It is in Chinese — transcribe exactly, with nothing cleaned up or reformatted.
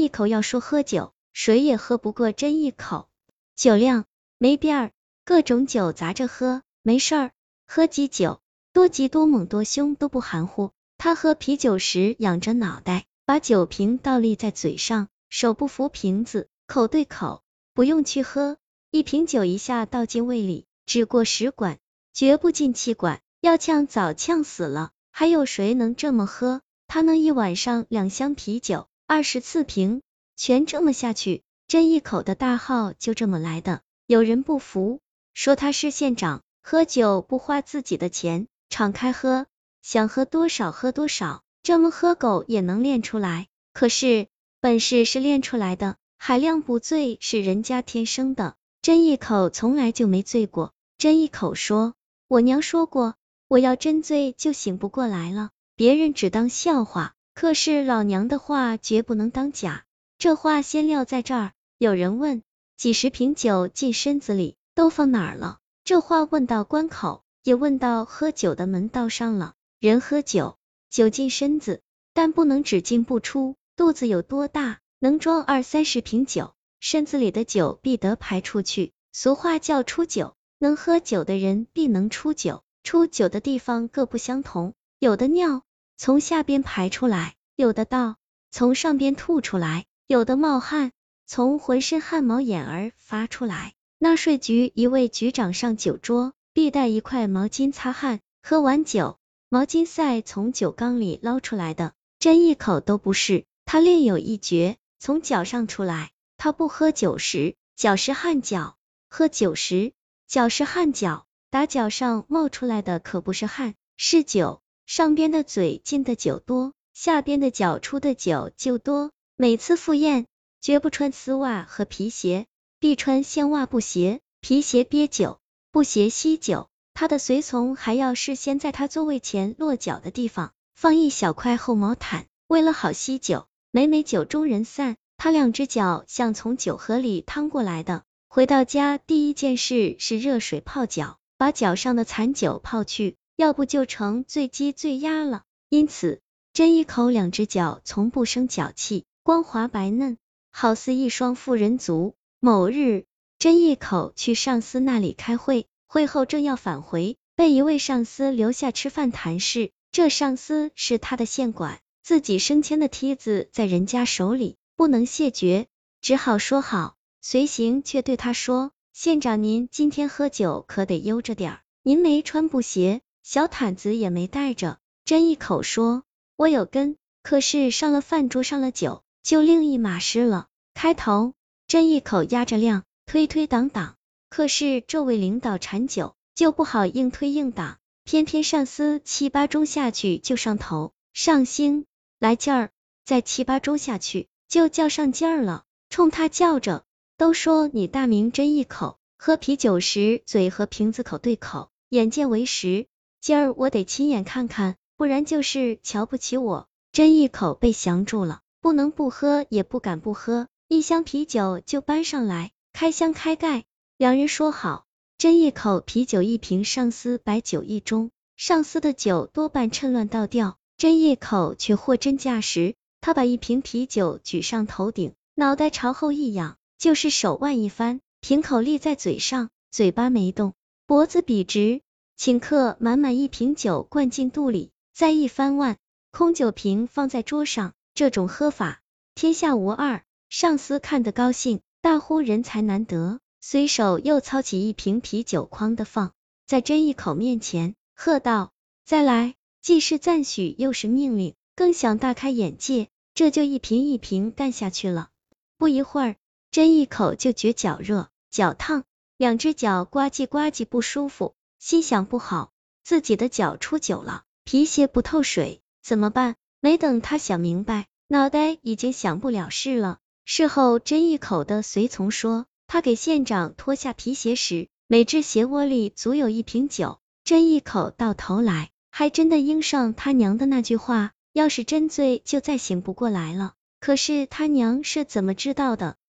一口要说喝酒，谁也喝不过真一口。酒量没边儿，各种酒砸着喝，没事儿，喝几酒，多急多猛多凶都不含糊。他喝啤酒时仰着脑袋，把酒瓶倒立在嘴上，手不扶瓶子，口对口，不用去喝，一瓶酒一下倒进胃里，只过食管，绝不进气管，要呛早呛死了。还有谁能这么喝？他能一晚上两箱啤酒，二十次瓶，全这么下去，真一口的大号就这么来的。有人不服，说他是县长，喝酒不花自己的钱，敞开喝，想喝多少喝多少，这么喝狗也能练出来。可是本事是练出来的，海量不醉是人家天生的。真一口从来就没醉过。真一口说，我娘说过，我要真醉就醒不过来了，别人只当笑话，可是老娘的话绝不能当假。这话先撂在这儿。有人问，几十瓶酒进身子里，都放哪儿了？这话问到关口，也问到喝酒的门道上了。人喝酒，酒进身子，但不能只进不出。肚子有多大，能装二三十瓶酒，身子里的酒必得排出去。俗话叫出酒，能喝酒的人必能出酒。出酒的地方各不相同，有的尿从下边排出来，有的道从上边吐出来，有的冒汗从浑身汗毛眼儿发出来。纳税局一位局长上酒桌，必带一块毛巾擦汗，喝完酒，毛巾塞从酒缸里捞出来的，真一口都不是。他另有一绝，从脚上出来。他不喝酒时，脚是汗脚；喝酒时，脚是汗脚。打脚上冒出来的可不是汗，是酒。上边的嘴进的酒多，下边的脚出的酒就多。每次赴宴，绝不穿丝袜和皮鞋，必穿线袜布鞋，皮鞋憋酒，布鞋吸酒。他的随从还要事先在他座位前落脚的地方放一小块厚毛毯，为了好吸酒。每每酒中人散，他两只脚像从酒河里趟过来的。回到家第一件事是热水泡脚，把脚上的残酒泡去，要不就成醉鸡醉鸭了。因此真一口两只脚从不生脚气，光滑白嫩，好似一双妇人足。某日，真一口去上司那里开会，会后正要返回，被一位上司留下吃饭谈事。这上司是他的县管，自己升迁的梯子在人家手里，不能谢绝，只好说好。随行却对他说，县长您今天喝酒可得悠着点儿，您没穿布鞋，小毯子也没带着。真一口说，我有跟，可是上了饭桌上了酒，就另一码事了。开头真一口压着量，推推挡挡，可是这位领导馋酒，就不好硬推硬挡，偏偏上司七八盅下去就上头，上心来劲儿，再七八盅下去就叫上劲儿了，冲他叫着，都说你大名真一口，喝啤酒时嘴和瓶子口对口，眼见为实，今儿我得亲眼看看，不然就是瞧不起我。真一口被降住了，不能不喝也不敢不喝，一箱啤酒就搬上来，开箱开盖，两人说好，真一口啤酒一瓶，上司白酒一盅。上司的酒多半趁乱倒掉，真一口却货真价实。他把一瓶啤酒举上头顶，脑袋朝后一仰，就是手腕一翻，瓶口立在嘴上，嘴巴没动，脖子笔直，请客满满一瓶酒灌进肚里，再一翻腕，空酒瓶放在桌上。这种喝法天下无二。上司看得高兴，大呼人才难得，随手又操起一瓶啤酒哐的放在真一口面前，喝道，再来。既是赞许又是命令，更想大开眼界，这就一瓶一瓶干下去了。不一会儿，真一口就觉脚热脚烫，两只脚呱唧呱唧不舒服，心想不好，自己的脚出酒了，皮鞋不透水，怎么办？没等他想明白，脑袋已经想不了事了。事后真一口的随从说，他给县长脱下皮鞋时，每只鞋窝里足有一瓶酒。真一口到头来还真的应上他娘的那句话，要是真醉就再醒不过来了。可是他娘是怎么知道的？